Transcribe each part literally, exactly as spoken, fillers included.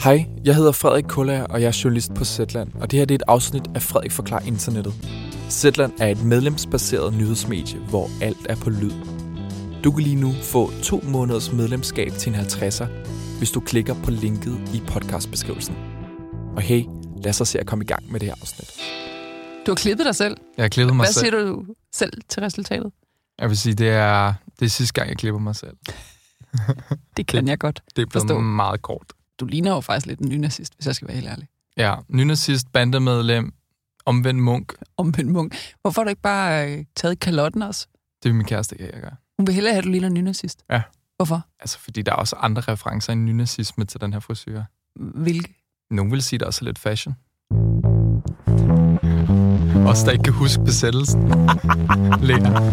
Hej, jeg hedder Frederik Kullager, og jeg er journalist på Zetland, og det her det er et afsnit af Frederik forklarer internettet. Zetland er et medlemsbaseret nyhedsmedie, hvor alt er på lyd. Du kan lige nu få to måneders medlemskab til en halvtredser, hvis du klikker på linket i podcastbeskrivelsen. Og hey, lad os så se at komme i gang med det her afsnit. Du har klippet dig selv. Jeg har klippet mig Hvad selv. Hvad siger du selv til resultatet? Jeg vil sige, det er, det er sidste gang, jeg klipper mig selv. Det kan det, jeg godt Det bliver forstå. meget kort. Du ligner jo faktisk lidt en nynazist, hvis jeg skal være helt ærlig. Ja, nynazist, bandemedlem, omvendt munk. Omvendt munk. Hvorfor har du ikke bare øh, taget kalotten også? Det vil min kæreste ikke, jeg gør. Hun vil hellere have, at du ligner en nynazist. Ja. Hvorfor? Altså, fordi der er også andre referencer i nynazisme til den her frisyr. Hvilke? Nogle vil sige, der også er lidt fashion. Også der ikke kan huske besættelsen. Lea.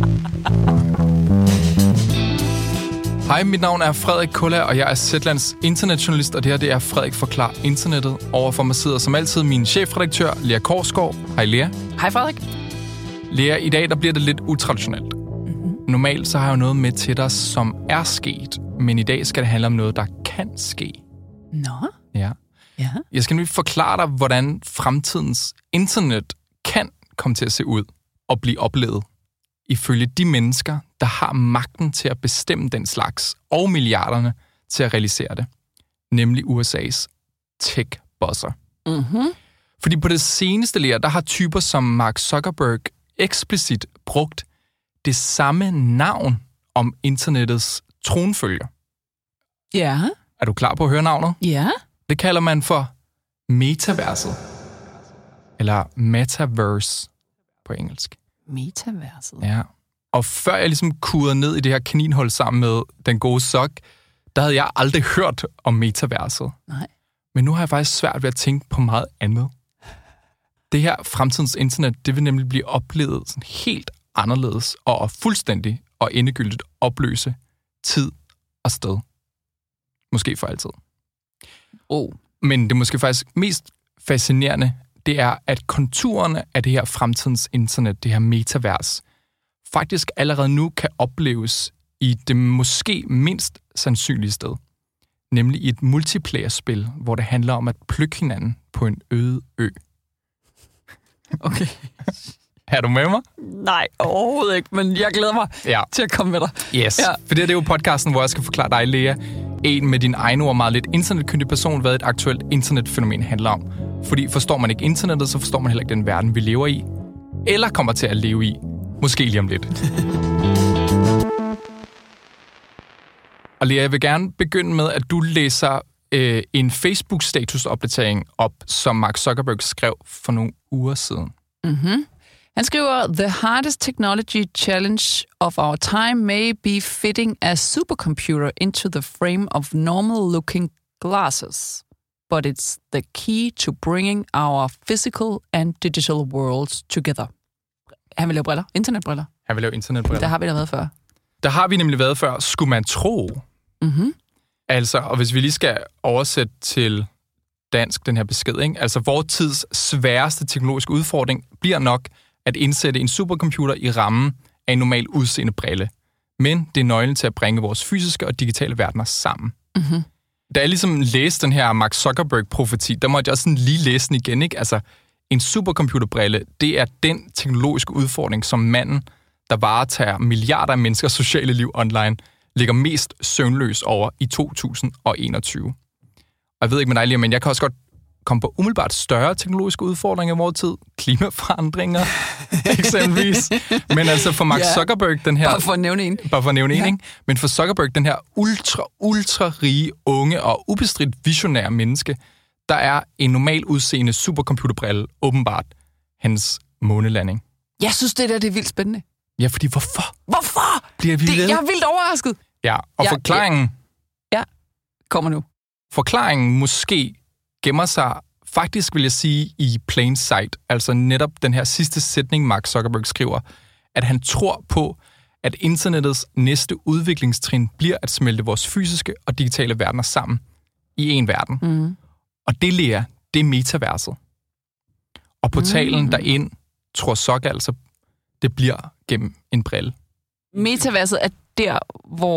Hej, mit navn er Frederik Kullager, og jeg er Zetlands internetjournalist, og det her det er Frederik forklarer internettet. Overfor mig sidder som altid min chefredaktør, Lea Korsgaard. Hej, Lea. Hej, Frederik. Lea, i dag der bliver det lidt utraditionelt. Mm-hmm. Normalt så har jeg jo noget med til dig, som er sket, men i dag skal det handle om noget, der kan ske. Nå? Ja. Ja. Jeg skal nu forklare dig, hvordan fremtidens internet kan komme til at se ud og blive oplevet ifølge de mennesker, der har magten til at bestemme den slags, og milliarderne til at realisere det, nemlig U S A's tech-bosser. Mm-hmm. Fordi på det seneste lær, der har typer som Mark Zuckerberg eksplicit brugt det samme navn om internettets tronfølger. Ja. Er du klar på at høre navnet? Ja. Det kalder man for metaverset. Eller metaverse på engelsk. Metaverset. Ja. Og før jeg ligesom kuder ned i det her kaninhul sammen med den gode sok, der havde jeg aldrig hørt om metaverset. Nej. Men nu har jeg faktisk svært ved at tænke på meget andet. Det her fremtidens internet, det vil nemlig blive oplevet sådan helt anderledes og fuldstændig og endegyldigt opløse tid og sted. Måske for altid. Oh. Men det måske faktisk mest fascinerende, det er, at konturerne af det her fremtidens internet, det her metavers, faktisk allerede nu kan opleves i det måske mindst sandsynlige sted. Nemlig i et multiplayer-spil, hvor det handler om at plukke hinanden på en øde ø. Okay. Er du med mig? Nej, overhovedet ikke, men jeg glæder mig Ja. til at komme med dig. Yes. Ja. For det, det er jo podcasten, hvor jeg skal forklare dig, Lea, en med din egen ord meget lidt internetkyndig person, hvad et aktuelt internetfænomen handler om. Fordi forstår man ikke internettet, så forstår man heller ikke den verden, vi lever i. Eller kommer til at leve i. Måske lige om lidt. Og Lea, jeg vil gerne begynde med, at du læser øh, en Facebook-statusopdatering op, som Mark Zuckerberg skrev for nogle uger siden. Mm-hmm. Han skriver, The hardest technology challenge of our time may be fitting a supercomputer into the frame of normal-looking glasses. But it's the key to bringing our physical and digital worlds together. Han vil lave briller. Internetbriller. Han vil lave internetbriller. Der har vi da været før. Der har vi nemlig været før, skulle man tro. Mm-hmm. Altså, og hvis vi lige skal oversætte til dansk den her besked, ikke? Altså, vores tids sværeste teknologiske udfordring bliver nok at indsætte en supercomputer i rammen af en normal udseende brille. Men det er nøglen til at bringe vores fysiske og digitale verdener sammen. Mm-hmm. Da jeg ligesom læste den her Mark Zuckerberg-profeti, der måtte jeg også sådan lige læse den igen, ikke? Altså, en supercomputerbrille, det er den teknologiske udfordring, som manden, der varetager milliarder af menneskers sociale liv online, ligger mest søvnløs over i to tusind og enogtyve. Og jeg ved ikke med dig, men jeg kan også godt komme på umiddelbart større teknologiske udfordringer i vores tid. Klimaforandringer, eksempelvis. Men altså for Mark Ja. Zuckerberg, den her... Bare for at nævne en. Bare for at nævne en, Ja. ikke? Men for Zuckerberg, den her ultra, ultra rige, unge og ubestridt visionære menneske, der er en normal udseende supercomputerbrille åbenbart hans månelanding. Jeg synes, det der det er vildt spændende. Ja, fordi hvorfor Hvorfor? bliver vi Det, ved? jeg er vildt overrasket. Ja, og Ja, forklaringen, Kommer nu. forklaringen måske gemmer sig, faktisk vil jeg sige, i plain sight. Altså netop den her sidste sætning, Mark Zuckerberg skriver, at han tror på, at internettets næste udviklingstrin bliver at smelte vores fysiske og digitale verdener sammen i en verden. Mm. Og det, Lea, det er metaverset. Og portalen Mm. derind, tror Zuck altså, det bliver gennem en brille. Metaverset er der, hvor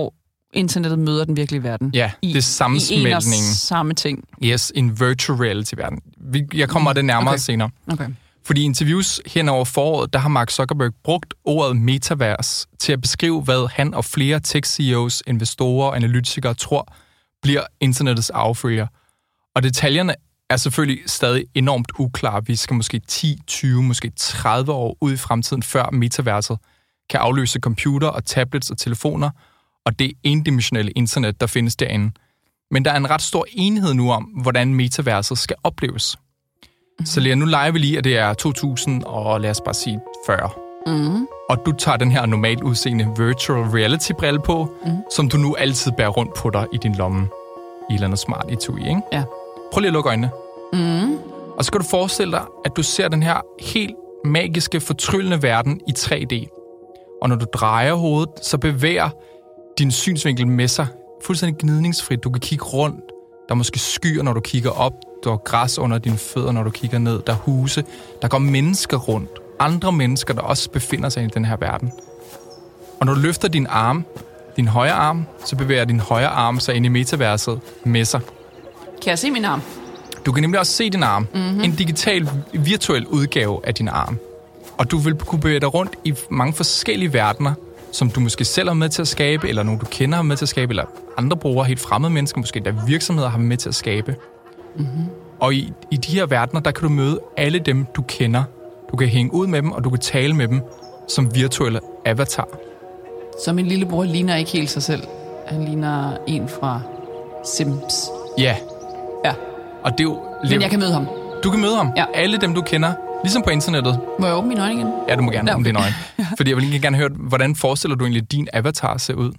internettet møder den virkelige verden. Ja, I, det er sammensmeltning. I en og samme ting. Yes, en virtual reality-verden. Jeg kommer mm. det nærmere okay. senere. Okay. Fordi i interviews hen over foråret, der har Mark Zuckerberg brugt ordet metavers til at beskrive, hvad han og flere tech-C E Os, investorer og analytikere tror, bliver internettets affølger. Og detaljerne er selvfølgelig stadig enormt uklare. Vi skal måske ti, tyve, måske tredive år ud i fremtiden, før metaverset kan afløse computer og tablets og telefoner, og det endimensionelle internet, der findes derinde. Men der er en ret stor enighed nu om, hvordan metaverset skal opleves. Mm-hmm. Så Lea, nu leger vi lige, at det er to tusind og lad os bare sige fyrre. Mm-hmm. Og du tager den her normalt udseende virtual reality-brille på, mm-hmm. som du nu altid bærer rundt på dig i din lomme. I et eller andet smart etui, ikke? Ja. Prøv lige at lukke øjnene. Mm-hmm. Og så skal du forestille dig, at du ser den her helt magiske, fortryllende verden i tre D. Og når du drejer hovedet, så bevæger din synsvinkel med sig fuldstændig gnidningsfrit. Du kan kigge rundt. Der er måske skyer, når du kigger op. Der er græs under dine fødder, når du kigger ned. Der er huse. Der går mennesker rundt. Andre mennesker, der også befinder sig i den her verden. Og når du løfter din arm, din højre arm, så bevæger din højre arm sig ind i metaverset med sig. Kan jeg se min arm? Du kan nemlig også se din arm. Mm-hmm. En digital, virtuel udgave af din arm. Og du vil kunne bevæge dig rundt i mange forskellige verdener, som du måske selv er med til at skabe, eller nogen du kender har med til at skabe, eller andre brugere, helt fremmede mennesker, måske der virksomheder har med til at skabe. Mm-hmm. Og i, i de her verdener, der kan du møde alle dem, du kender. Du kan hænge ud med dem, og du kan tale med dem som virtuelle avatar. Så min lillebror ligner ikke helt sig selv. Han ligner en fra Sims. Ja. Ja. Og det er jo... Men jeg kan møde ham. Du kan møde ham. Ja. Alle dem, du kender. Ligesom på internettet. Må jeg åbne mine øjne igen? Ja, du må gerne ja, okay. åbne dine øjne. Fordi jeg vil ikke gerne høre, hvordan forestiller du egentlig, din avatar ser ud?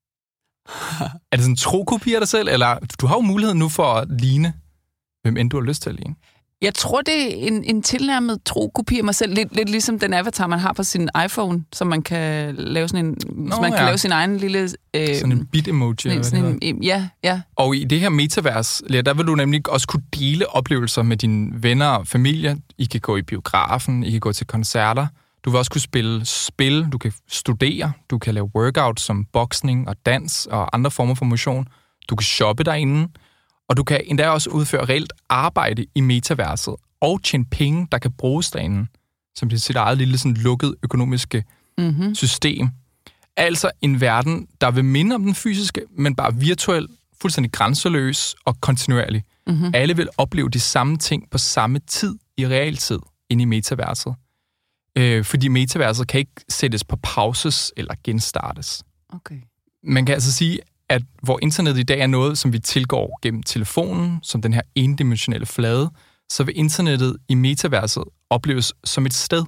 Er det sådan en tro-kopi af dig selv? Eller du har jo muligheden nu for at ligne, hvem end du har lyst til at ligne. Jeg tror, det er en, en tilnærmet tro-kopi af mig selv. Lidt, lidt ligesom den avatar, man har på sin iPhone, som man kan lave sådan en... Nå, man kan ja. lave sin egen lille... Øh, sådan en bit-emoji. Sådan, sådan en, ja, ja. Og i det her metavers, der vil du nemlig også kunne dele oplevelser med dine venner og familie. I kan gå i biografen, I kan gå til koncerter. Du vil også kunne spille spil, du kan studere, du kan lave workout som boksning og dans og andre former for motion. Du kan shoppe derinde. Og du kan endda også udføre reelt arbejde i metaverset og tjene penge, der kan bruges derinde, som det sit eget lille sådan, lukket økonomiske mm-hmm. system. Altså en verden, der vil minde om den fysiske, men bare virtuel, fuldstændig grænseløs og kontinuerlig. Mm-hmm. Alle vil opleve de samme ting på samme tid i realtid inde i metaverset. Øh, fordi metaverset kan ikke sættes på pauses eller genstartes. Okay. Man kan altså sige, at hvor internettet i dag er noget, som vi tilgår gennem telefonen, som den her endimensionelle flade, så vil internettet i metaverset opleves som et sted.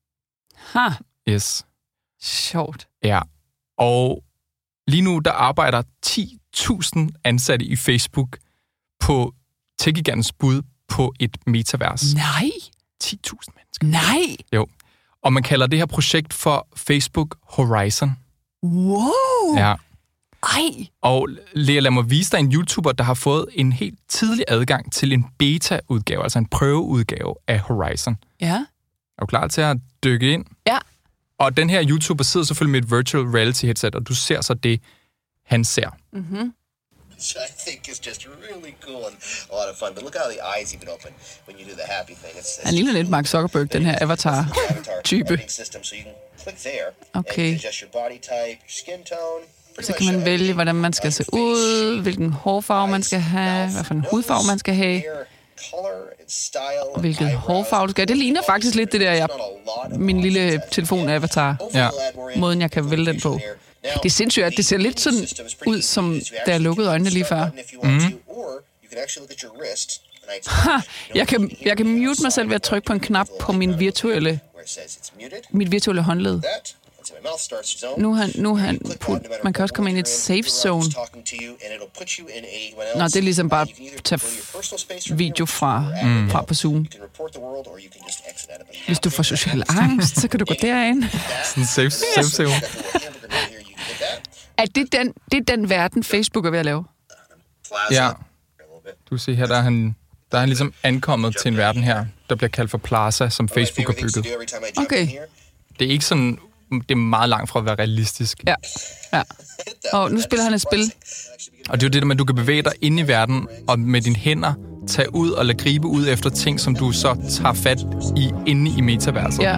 Ha! Yes. Sjovt. Ja. Og lige nu, der arbejder ti tusind ansatte i Facebook på tech-gigantens bud på et metavers. Nej! ti tusind mennesker. Nej! Jo. Og man kalder det her projekt for Facebook Horizon. Wow! Ja. Ej! Og Lea, lad mig vise dig en YouTuber, der har fået en helt tidlig adgang til en beta-udgave, altså en prøveudgave af Horizon. Ja. Er du klar til at dykke ind? Ja. Og den her YouTuber sidder selvfølgelig med et virtual reality headset, og du ser så det, han ser. Mhm. Which I think is just really cool and a lot of fun. But look how the eyes even open when you do the happy thing. It's, it's Han ligner lidt Mark Zuckerberg, den her avatar-type. Okay. Så kan man vælge, hvordan man skal se ud, hvilken hårfarve man skal have, hvad for en hudfarve man skal have, og hvilken hårfarve du skal have. Det ligner faktisk lidt det der, jeg, min lille telefon-avatar. Ja. Måden, jeg kan vælge den på. Det er sindssygt, at det ser lidt sådan ud, som da jeg lukkede øjnene lige før. Mm. Ha, jeg kan, jeg kan mute mig selv ved at trykke på en knap på min virtuelle, mit virtuelle håndled. Nu han, nu han put, man kan også komme ind i et safe zone. Nå, det er ligesom bare at tage video fra, mm. fra på Zoom. Hvis du får social angst, så kan du gå derind. Sådan safe, safe zone. Er det den, det er den verden, Facebook er ved at lave? Ja. Du ser her, der er han, der er han ligesom ankommet til en verden her, der bliver kaldt for Plaza, som Facebook har bygget. Okay. Det er ikke sådan det er meget langt fra at være realistisk. Ja, ja. Og nu spiller han et spil. Og det er jo det der med, at du kan bevæge dig inde i verden, og med dine hænder tage ud og lade gribe ud efter ting, som du så tager fat i inde i metaverset. Ja.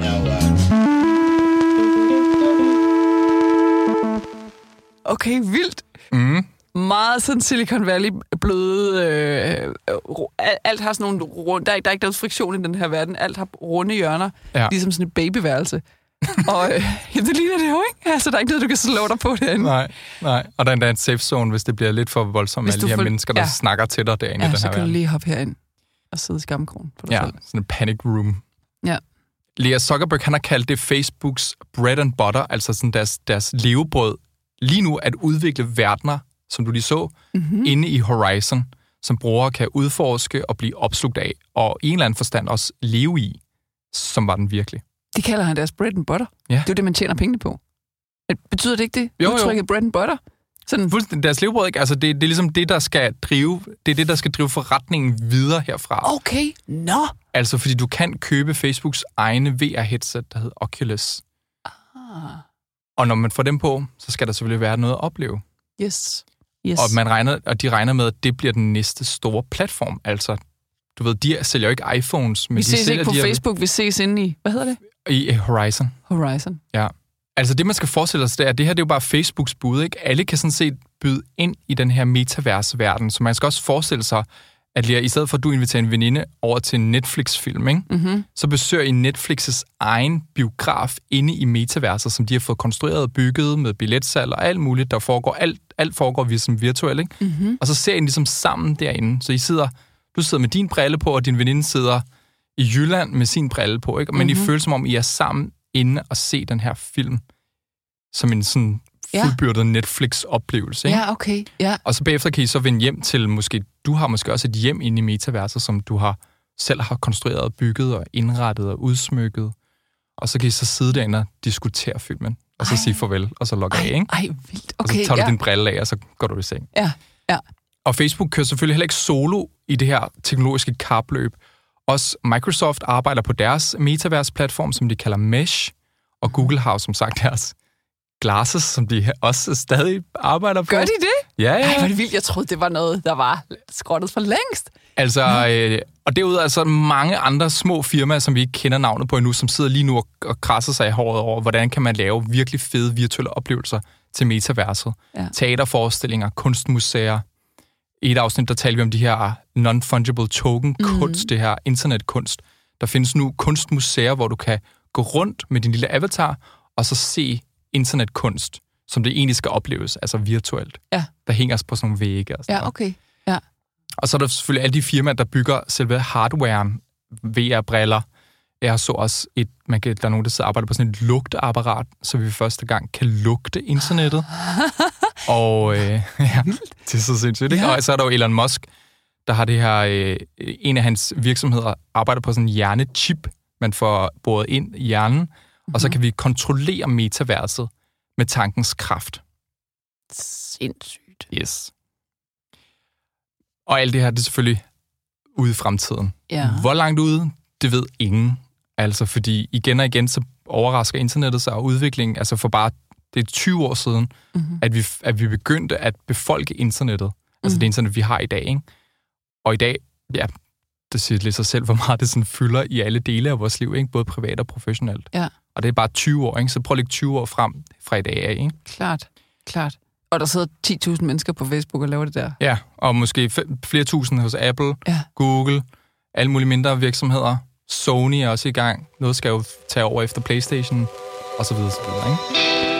Okay, vildt. Mm. Meget sådan Silicon Valley bløde. Øh, alt har sådan nogle runde. Der er, der er ikke noget friktion i den her verden. Alt har runde hjørner. Ja. Ligesom sådan et babyværelse. Og øh, jamen, det ligner det jo, ikke? Altså, der er ikke noget, du kan slå dig på derinde. Nej, nej. Og der er endda en safe zone, hvis det bliver lidt for voldsomt med alle de her får... mennesker, der ja. snakker til dig derinde ja, i den her verden. Ja, så kan verden. du lige hoppe herind og sidde i skamkrogen på dig ja, selv. Ja, sådan en panic room. Ja. Lea Zuckerberg, han har kaldt det Facebooks bread and butter, altså sådan deres, deres levebrød, lige nu at udvikle verdener, som du lige så, mm-hmm. inde i Horizon, som brugere kan udforske og blive opslugt af, og i en eller anden forstand også leve i, som var den virkelig. Det kalder han deres bread and butter. Ja. Det er jo det, man tjener pengene på. Betyder det ikke det? Jo, Udtrykket jo. bread and butter? Sådan. Fuldstændig. Deres levebrød, ikke? Altså, det, det er ligesom det, der skal drive, det er det, der skal drive forretningen videre herfra. Okay, nå. No. Altså, fordi du kan købe Facebooks egne V R-headset, der hedder Oculus. Ah. Og når man får dem på, så skal der selvfølgelig være noget at opleve. Yes. Yes. Og, man regner, og de regner med, at det bliver den næste store platform. Altså, du ved, de sælger jo ikke iPhones, men vi de ses sælger ikke på de Facebook, vi ses inde i, hvad hedder det? I Horizon. Horizon. Ja. Altså det, man skal forestille sig, det er, at det her det er jo bare Facebooks bud, ikke? Alle kan sådan set byde ind i den her metaverse-verden, så man skal også forestille sig, at Lea, i stedet for at du inviterer en veninde over til en Netflix-film, ikke? Mm-hmm. Så besøger I Netflix's egen biograf inde i metaverser, som de har fået konstrueret og bygget med billetsalg og alt muligt, der foregår, alt, alt foregår vi som virtuelt, ikke? Mm-hmm. Og så ser I ligesom sammen derinde, så I sidder, du sidder med din brille på, og din veninde sidder i Jylland med sin brille på, ikke? Men mm-hmm. I føler som om, I er sammen inde og se den her film som en sådan fuldbyrdet ja. Netflix-oplevelse. Ikke? Ja, okay. Ja. Og så bagefter kan I så vende hjem til, måske, du har måske også et hjem inde i metaverset, som du har selv har konstrueret og bygget og indrettet og udsmykket. Og så kan I så sidde derinde og diskutere filmen, og så ej. Sige farvel, og så logge af, ikke? Ej, vildt. Okay, og så tager du ja. din brille af, og så går du i seng. Ja, ja. Og Facebook kører selvfølgelig heller ikke solo i det her teknologiske kapløb. Også Microsoft arbejder på deres metaverse-platform, som de kalder Mesh, og Google har som sagt deres Glasses, som de også stadig arbejder på. Gør de det? Ja, ja. Ej, hvor er det vildt. Jeg troede, det var noget, der var skrottet for længst. Altså, øh, og derudover er så mange andre små firmaer, som vi ikke kender navnet på endnu, som sidder lige nu og, og krasser sig i håret over, hvordan kan man lave virkelig fede virtuelle oplevelser til metaverset. Ja. Teaterforestillinger, kunstmuseer. I et afsnit, der taler vi om de her non-fungible token-kunst, mm. det her internetkunst. Der findes nu kunstmuseer, hvor du kan gå rundt med din lille avatar, og så se internetkunst, som det egentlig skal opleves, altså virtuelt. Ja. Der hænger på sådan nogle vægge og sådan ja, okay. Ja. Og så er der selvfølgelig alle de firmaer, der bygger selve hardwaren, V R-briller. Jeg så også et, man kan, der er nogen, der sidder og arbejder på sådan et lugteapparat, så vi første gang kan lugte internettet. og øh, ja, det er så sindssygt, ikke? Ja. Og så er der jo Elon Musk, der har det her, øh, en af hans virksomheder arbejder på sådan en hjernechip, man får boret ind i hjernen, mm-hmm. og så kan vi kontrollere metaverset med tankens kraft. Sindssygt. Yes. Og alt det her, det er selvfølgelig ude i fremtiden. Ja. Hvor langt ude, det ved ingen. Altså, fordi igen og igen, så overrasker internettet sig og udviklingen. Altså for bare, det er tyve år siden, mm-hmm. at, vi, at vi begyndte at befolke internettet. Altså mm-hmm. det internet, vi har i dag, ikke? Og i dag, ja, det siger lidt sig selv, hvor meget det sådan fylder i alle dele af vores liv, ikke? Både privat og professionelt. Ja. Og det er bare tyve år, ikke? Så prøv at lægge tyve år frem fra i dag af, ikke? Klart, klart. Og der sidder ti tusind mennesker på Facebook og laver det der. Ja, og måske flere tusind hos Apple, ja. Google, alle mulige mindre virksomheder. Sony er også i gang. Noget skal jo tage over efter PlayStation, og så videre, så videre, ikke?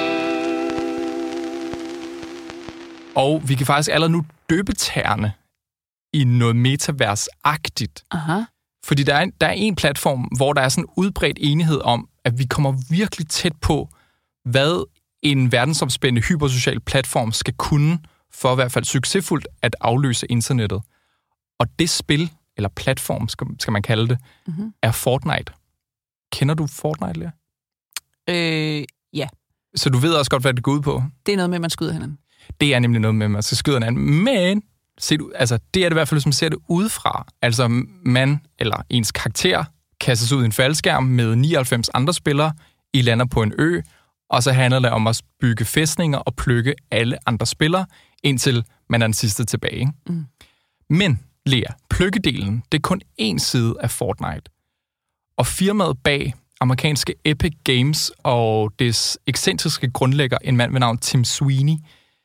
Og vi kan faktisk allerede nu døbe tæerne i noget metavers-agtigt. Aha. Fordi der er, en, der er en platform, hvor der er sådan en udbredt enighed om, at vi kommer virkelig tæt på, hvad en verdensomspændende hypersocial platform skal kunne, for i hvert fald succesfuldt at afløse internettet. Og det spil, eller platform, skal, skal man kalde det, mm-hmm. er Fortnite. Kender du Fortnite, Lea? Øh, ja. Så du ved også godt, hvad det går ud på? Det er noget med, at man skyder hinanden. Det er nemlig noget med, at man skal skyde hinanden. Men se du, altså, det er det i hvert fald, hvis man ser det udefra. Altså man, eller ens karakter, kastes ud i en faldskærm med nioghalvfems andre spillere. I lander på en ø, Og så handler det om at bygge fæstninger og plukke alle andre spillere, indtil man er den sidste tilbage. Mm. Men, Lea, plukkedelen, det er kun én side af Fortnite. Og firmaet bag amerikanske Epic Games og dets ekscentriske grundlægger, en mand ved navn Tim Sweeney.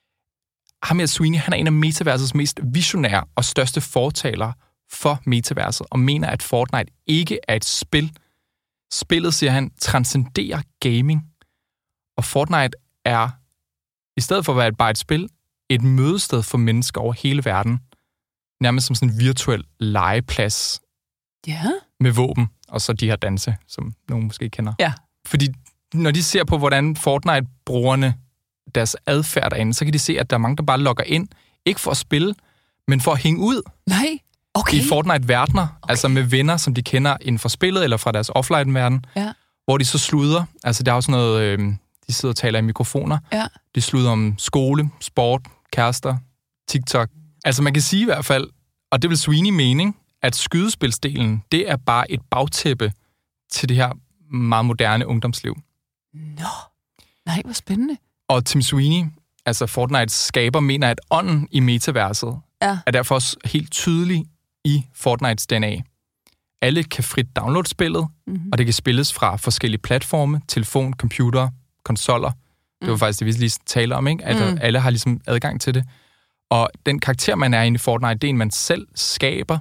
Ham her Sweeney, han er en af metaversets mest visionære og største fortalere for metaverset, og mener, at Fortnite ikke er et spil. Spillet, siger han, transcenderer gaming. Og Fortnite er, i stedet for at være bare et spil, et mødested for mennesker over hele verden. Nærmest som sådan en virtuel legeplads. Ja. Med våben, og så de her danse, som nogen måske kender. Ja. Fordi når de ser på, hvordan Fortnite-brugerne, deres adfærd derinde, så kan de se, at der er mange, der bare logger ind, ikke for at spille, men for at hænge ud. Nej, okay. I Fortnite-verdener, okay. altså med venner, som de kender inden for spillet, eller fra deres offline-verden, ja. Hvor de så sluder. Altså der er jo sådan noget, øh, de sidder og taler i mikrofoner. Ja. De sluder om skole, sport, kærester, TikTok. Altså man kan sige i hvert fald, og det vil Sweeney mening, at skydespilsdelen, det er bare et bagtæppe til det her meget moderne ungdomsliv. Nå, nej, hvor spændende. Og Tim Sweeney, altså Fortnites skaber, mener, at ånden i metaverset ja. Er derfor også helt tydelig i Fortnites D N A. Alle kan frit downloade spillet, mm-hmm. og det kan spilles fra forskellige platforme, telefon, computer, konsoller. Mm. Det var faktisk det, vi lige taler om, ikke? At mm. alle har ligesom adgang til det. Og den karakter, man er inde i Fortnite, det er en, man selv skaber,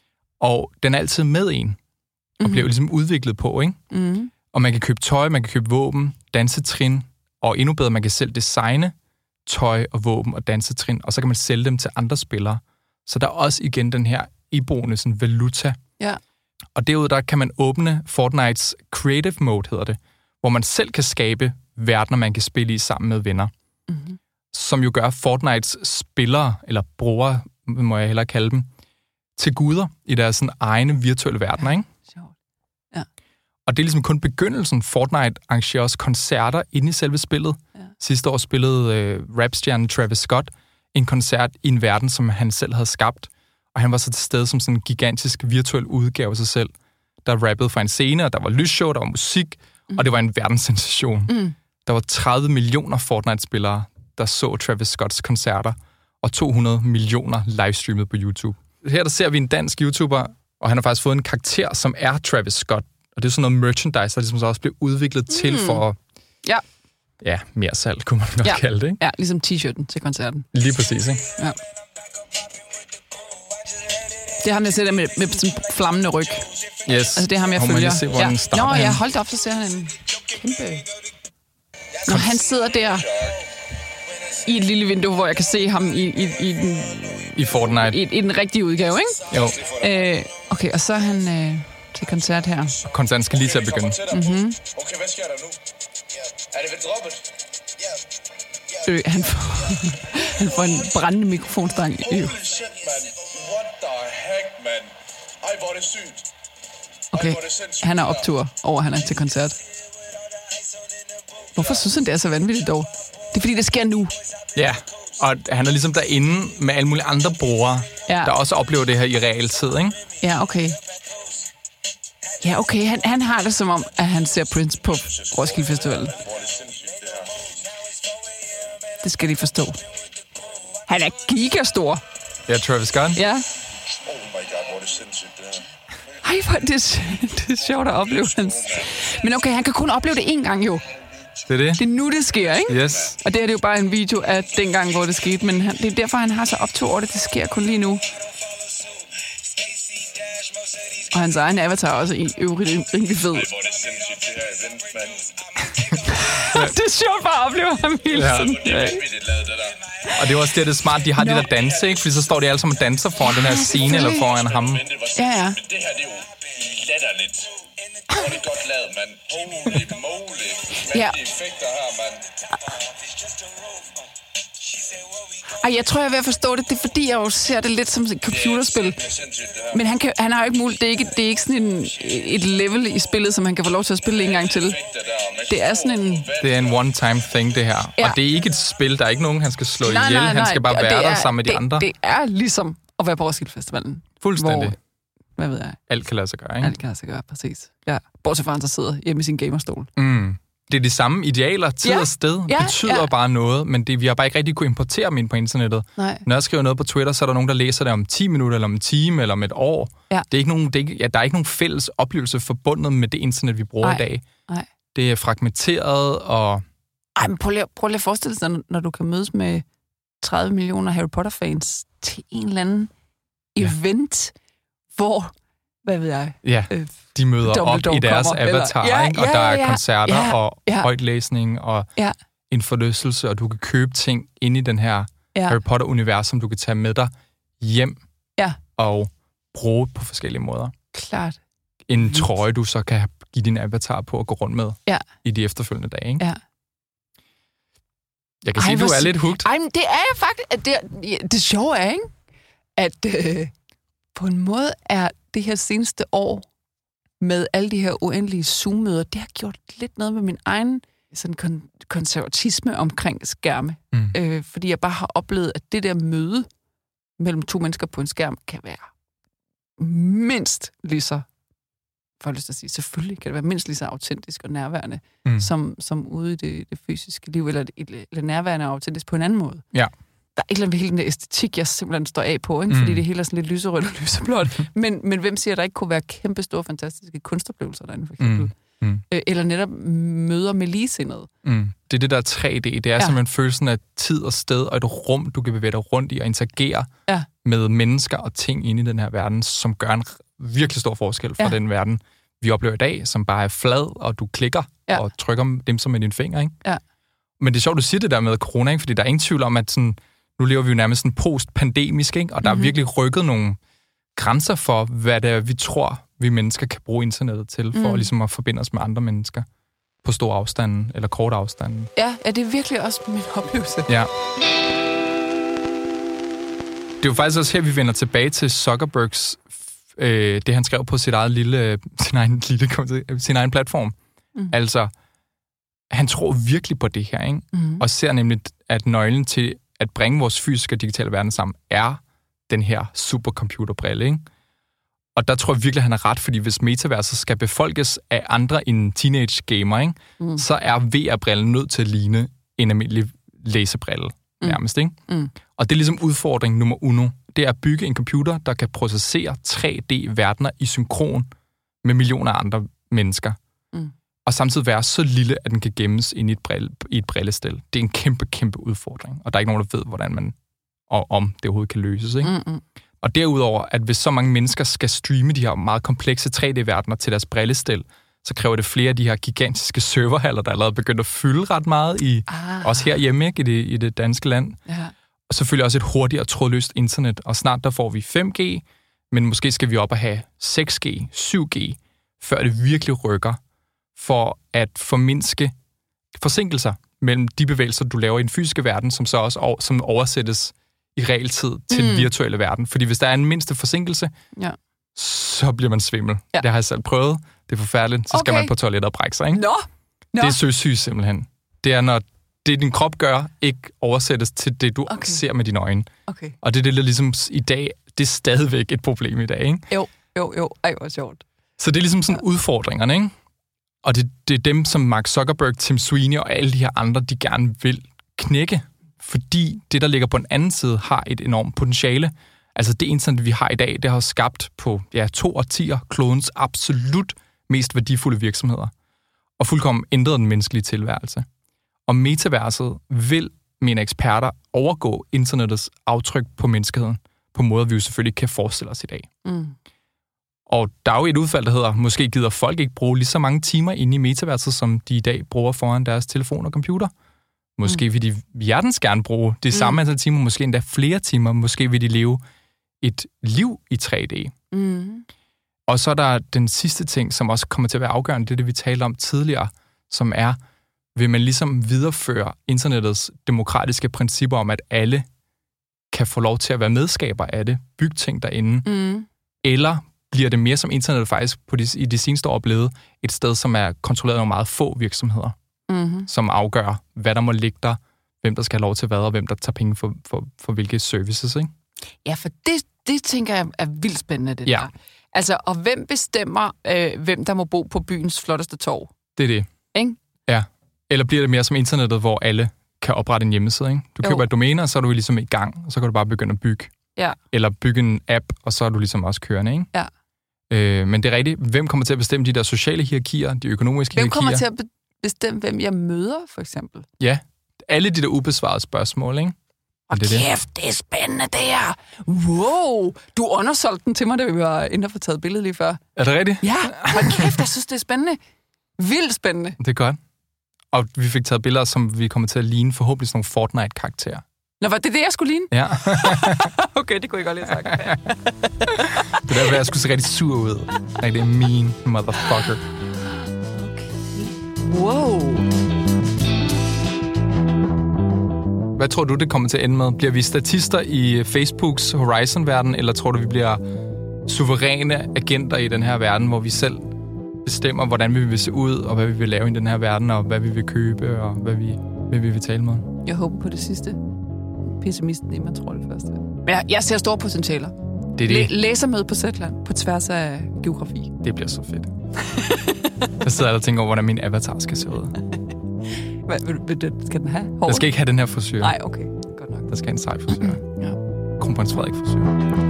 og den er altid med en, og mm-hmm. bliver ligesom udviklet på, ikke? Mm. Og man kan købe tøj, man kan købe våben, dansetrin, og endnu bedre, man kan selv designe tøj og våben og dansetrin, og så kan man sælge dem til andre spillere. Så der er også igen den her iboende sådan valuta. Ja. Og derudover der kan man åbne Fortnites Creative Mode, hedder det, hvor man selv kan skabe verdener, man kan spille i sammen med venner. Mm-hmm. Som jo gør Fortnites spillere, eller brugere, må jeg hellere kalde dem, til guder i deres sådan egne virtuelle verdener, ja. ikke? Sjovt. Ja. Og det er ligesom kun begyndelsen. Fortnite arrangerer også koncerter inde i selve spillet. Ja. Sidste år spillede øh, rapstjernen Travis Scott en koncert i en verden, som han selv havde skabt. Og han var så til stede som sådan en gigantisk virtuel udgave af sig selv, der rappede fra en scene, og der var lysshow, der var musik, mm. og det var en verdenssensation. Mm. Der var tredive millioner Fortnite-spillere, der så Travis Scotts koncerter, og to hundrede millioner livestreamet på YouTube. Her der ser vi en dansk YouTuber, og han har faktisk fået en karakter, som er Travis Scott. Og det er sådan noget merchandise, der ligesom så også bliver udviklet mm. til for at... Ja. Ja, mere salg, kunne man nok ja. kalde det, ikke? Ja, ligesom t-shirten til koncerten. Lige præcis, ikke? Ja. Det er ham, jeg ser der med, med sådan flammende ryg. Yes. Altså, det er ham, jeg Hun følger. Må lige se, hvor ja. den starter. Nå, jeg holdt op, så ser han en kæmpe... Når han sidder der i et lille vindue, hvor jeg kan se ham i, i, i, den, I Fortnite. I, i den rigtige udgave, ikke? Jo. Øh, okay, og så er han øh, til koncert her. Koncerten skal lige til at begynde. Mm-hmm. Okay, hvad sker der nu? Er det ved droppet? Øh, han, får, han får en brændende mikrofonstang i øret. Holy shit, man. What the heck, man? Ej, hvor er det sygt. Okay, han er optur over, at han er til koncert. Hvorfor synes han, det er så vanvittigt dog? Det er fordi, det sker nu. Ja, og han er ligesom derinde med alle mulige andre brugere, ja. Der også oplever det her i realtid, ikke? Ja, okay. Ja, okay. Han, han har det som om, at han ser Prince på Roskilde Festivalen. Det skal de forstå. Han er gigastor. Ja, Travis Scott. Ja. Oh my god, hvor er det sindssygt, det her. Ej, hvor det, det er sjovt at opleve hans. Men okay, han kan kun opleve det én gang jo. Det er det? Det er nu, det sker, ikke? Yes. Og det er det jo bare en video af dengang, hvor det skete. Men han, det er derfor, han har så optur over det. Det sker kun lige nu. Og hans egen avatar er også i øvrigt rimelig fed. Ej, hvor er det sindssygt, det her event, mand. Det er sjovt bare at opleve ham hele Ja. tiden. Det er vanvittigt lavet, det der. Og det er også det, det er smart. De har no. de der danse, ikke? Fordi så står de alle sammen og danser foran den her scene, eller foran ham. Men det var Ja, ja. Men det her, det er jo latterligt. Hvor er det godt lavet, mand. Holy moly. Hvad Ja. er de effekter her, mand? Ej, jeg tror, jeg er ved at forstå det. Det er fordi, jeg jo ser det lidt som et computerspil. Det er sindssygt, det her. Men han, kan, han har jo ikke muligt. Det er ikke, det er ikke sådan en, et level i spillet, som han kan få lov til at spille en gang til. Det er sådan en... Det er en one-time thing, det her. Ja. Og det er ikke et spil. Der er ikke nogen, han skal slå Nej, ihjel. nej, nej. Han skal bare Og være det der er- sammen med de det, andre. Det er ligesom at være på Roskilde Festivalen. Fuldstændig. Hvor, hvad ved jeg? Alt kan lade sig gøre, ikke? Alt kan altså gøre, præcis. Ja. Bortset fra han, der sidder hjemme i sin gamerstol. Mm. det er de samme idealer, tid Ja. og sted, Ja, betyder ja. bare noget, men det, vi har bare ikke rigtig kunne importere dem ind på internettet. Nej. Når jeg skriver noget på Twitter, så er der nogen, der læser det om ti minutter, eller om en time, eller om et år. Ja. Det er ikke nogen, det er ikke, ja, der er ikke nogen fælles oplevelse forbundet med det internet, vi bruger Nej. i dag. Nej. Det er fragmenteret, og Ej, men prøv lige, prøv lige at forestille dig, når du kan mødes med tredive millioner Harry Potter-fans til en eller anden Ja. event, hvor, hvad ved jeg, ja, øh, de møder Dumbledore op i deres kommer, avatar, eller- Ja, ikke? Og ja, der er ja, koncerter ja, og ja. højtlæsning og Ja. en forlystelse, og du kan købe ting inde i den her Ja. Harry Potter-univers, som du kan tage med dig hjem Ja. og bruge på forskellige måder. klart. En Vildt. trøje, du så kan give din avatar på at gå rundt med Ja. i de efterfølgende dage. Ikke? Ja. Jeg kan Ej, sige, hvor du er sy- lidt hooked. Ej, men det er jeg faktisk. At det, ja, det sjove er, ikke? At øh, på en måde er det her seneste år med alle de her uendelige Zoom-møder, det har gjort lidt noget med min egen sådan kon- konservatisme omkring skærme. Mm. Øh, fordi jeg bare har oplevet, at det der møde mellem to mennesker på en skærm kan være mindst lige så, for jeg lyst til at sige, selvfølgelig kan det være mindst lige så autentisk og nærværende, Mm. som, som ude i det, det fysiske liv, eller, eller nærværende og autentisk på en anden måde. Ja. Der er et eller andet ved hele den der æstetik, jeg simpelthen står af på, ikke? Fordi Mm. det hele er sådan lidt lyserødt og lyseblåt. men, men hvem siger, at der ikke kunne være kæmpe store, fantastiske kunstoplevelser derinde, for eksempel? Mm. Mm. Øh, eller netop møder med ligesindede. Mm. Det er det der tre D. Det er Ja. ja. simpelthen følelsen af tid og sted, og et rum, du kan bevæge dig rundt i og interagere Ja. med mennesker og ting inde i den her verden, som gør en virkelig stor forskel fra Ja. den verden, vi oplever i dag, som bare er flad, og du klikker Ja. og trykker dem som med dine fingre. Ikke? Ja. Men det er sjovt, du siger det der med corona, ikke? Fordi der er ingen tvivl om, at sådan, nu lever vi jo nærmest sådan post-pandemisk, ikke? Og der Mhm. er virkelig rykket nogle grænser for, hvad det er, vi tror, vi mennesker kan bruge internettet til, for Mm. ligesom at forbinde os med andre mennesker på stor afstand eller kort afstand. Ja, ja, det er virkelig også min oplevelse. Ja. Det er jo faktisk også her, vi vender tilbage til Zuckerbergs, øh, det han skrev på sit eget lille, sin egen, lille, sin egen platform. Mm. Altså, han tror virkelig på det her, ikke? Mm. Og ser nemlig, at nøglen til at bringe vores fysiske og digitale verden sammen, er den her supercomputerbrille, ikke? Og der tror jeg virkelig, han har ret, fordi hvis metaverset skal befolkes af andre end teenage gamer, ikke? Mm. Så er V R-brillen nødt til at ligne en almindelig læsebrille, Mm. nærmest, ikke? Mm. Og det er ligesom udfordring nummer uno. Det er at bygge en computer, der kan processere tre D-verdener i synkron med millioner af andre mennesker. Mm. Og samtidig være så lille, at den kan gemmes ind i et, brille, i et brillestel. Det er en kæmpe, kæmpe udfordring. Og der er ikke nogen, der ved, hvordan man, og om det overhovedet kan løses, ikke? Mm-mm. Og derudover, at hvis så mange mennesker skal streame de her meget komplekse tre D-verdener til deres brillestel, så kræver det flere af de her gigantiske serverhaller, der allerede er begyndt at fylde ret meget i, Ah. også herhjemme, ikke? I, det, i det danske land. Ja. Og selvfølgelig også et hurtigt og trådløst internet. Og snart der får vi fem G, men måske skal vi op og have seks G, syv G, før det virkelig rykker, for at formindske forsinkelser mellem de bevægelser, du laver i den fysiske verden, som så også over, som oversættes i realtid til mm. den virtuelle verden. Fordi hvis der er en mindste forsinkelse, Ja. så bliver man svimmel. Ja. Det har jeg selv prøvet. Det er forfærdeligt. Så skal Okay. man på toilettet og brække sig, ikke? Nå! Nå. Det er søsygt simpelthen. Det er, når det, din krop gør, ikke oversættes til det, du Okay. ser med dine øjne. Okay. Og det er det, der ligesom i dag, det er stadigvæk et problem i dag, ikke? Jo, jo, jo. Ej, hvor sjovt. Så det er ligesom sådan udfordringerne, ikke? Og det, det er dem, som Mark Zuckerberg, Tim Sweeney og alle de her andre, de gerne vil knække. Fordi det, der ligger på den anden side, har et enormt potentiale. Altså det internet, vi har i dag, det har skabt på ja, to årtier klodens absolut mest værdifulde virksomheder. Og fuldkommen ændret den menneskelige tilværelse. Og metaverset vil, mener eksperter, overgå internettets aftryk på menneskeheden, på måder, vi jo selvfølgelig kan forestille os i dag. Mm. Og der er jo et udfald, der hedder, måske gider folk ikke bruge lige så mange timer inde i metaverset, som de i dag bruger foran deres telefon og computer. Måske mm. vil de hjertens gerne bruge det samme mm. antal timer, måske endda flere timer. Måske vil de leve et liv i tre D. Mm. Og så er der den sidste ting, som også kommer til at være afgørende, det er det, vi talte om tidligere, som er, vil man ligesom videreføre internettets demokratiske principper om, at alle kan få lov til at være medskaber af det, bygge ting derinde, Mm. eller bliver det mere som internet faktisk på de, i de seneste år blevet et sted, som er kontrolleret af meget få virksomheder, Mm-hmm. som afgør, hvad der må ligge der, hvem der skal have lov til hvad, og hvem der tager penge for, for, for hvilke services, ikke? Ja, for det, det tænker jeg er vildt spændende, det Ja. der. Altså, og hvem bestemmer, øh, hvem der må bo på byens flotteste torv? Det er det. Ikke? Ja. Eller bliver det mere som internettet, hvor alle kan oprette en hjemmeside, ikke? Du køber Jo. et domæne, og så er du ligesom i gang, og så kan du bare begynde at bygge. Ja. Eller bygge en app, og så er du ligesom også kørende, ikke? Ja. Øh, men det er rigtigt. Hvem kommer til at bestemme de der sociale hierarkier, de økonomiske Hvem hierarkier? kommer til at be- bestemme, hvem jeg møder, for eksempel? Ja, alle de der ubesvarede spørgsmål, ikke? Og det er det. kæft, det er spændende, det her. Wow, du undersolgte den til mig, da vi var inde og få taget billedet lige før. Er det rigtigt? Ja, hold kæft, jeg synes, det er spændende. Vildt spændende. Det er godt. Og vi fik taget billeder, som vi kommer til at ligne forhåbentlig sådan nogle Fortnite-karakterer. Nå, var det det, jeg skulle ligne? Ja. Okay, det kunne jeg godt lige sagt. Det er derfor, jeg skulle se rigtig sur ud. Rigtig mean motherfucker. Wow. Hvad tror du, det kommer til at ende med? Bliver vi statister i Facebooks Horizon-verden, eller tror du, vi bliver suveræne agenter i den her verden, hvor vi selv bestemmer, hvordan vi vil se ud, og hvad vi vil lave i den her verden, og hvad vi vil købe, og hvad vi, hvad vi vil tale med? Jeg håber på det sidste. Pessimisten i mig tror det første. Men jeg, jeg ser store potentialer. Det er det. Læ- læsermøde på Zetland på tværs af geografi. Det bliver så fedt. Jeg sidder og tænker over, hvordan min avatar skal se ud. Hvad, vil, vil, vil, skal den have hår? Jeg skal ikke have den her frisyr. Nej, okay. Godt nok. Der skal have en sej frisyr. Ja. Kronprins Frederik frisyr.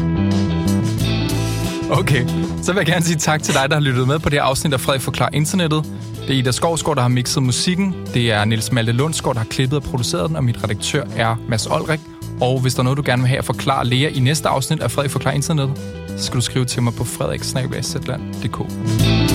Okay, så vil jeg gerne sige tak til dig, der har lyttet med på det her afsnit af Frederik Forklarer Internettet. Det er Ida Skovsgaard, der har mixet musikken. Det er Niels Malte Lundsgaard, der har klippet og produceret den, og mit redaktør er Mads Olrik. Og hvis der er noget, du gerne vil have at forklare Lea i næste afsnit af Frederik Forklarer Internettet, så skal du skrive til mig på frederik snabel-a zetland punktum d k.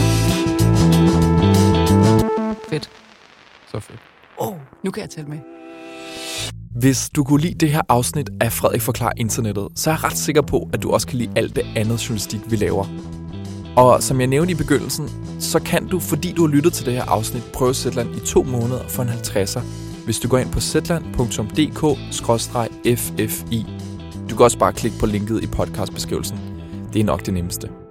Fedt. Så fedt. Åh, oh, nu kan jeg tælle med. Hvis du kunne lide det her afsnit af Frederik Forklarer Internettet, så er jeg ret sikker på, at du også kan lide alt det andet journalistik, vi laver. Og som jeg nævnte i begyndelsen, så kan du, fordi du har lyttet til det her afsnit, prøve Zetland i to måneder for en halvtredser, hvis du går ind på zetland punktum d k skråstreg f f i. Du kan også bare klikke på linket i podcastbeskrivelsen. Det er nok det nemmeste.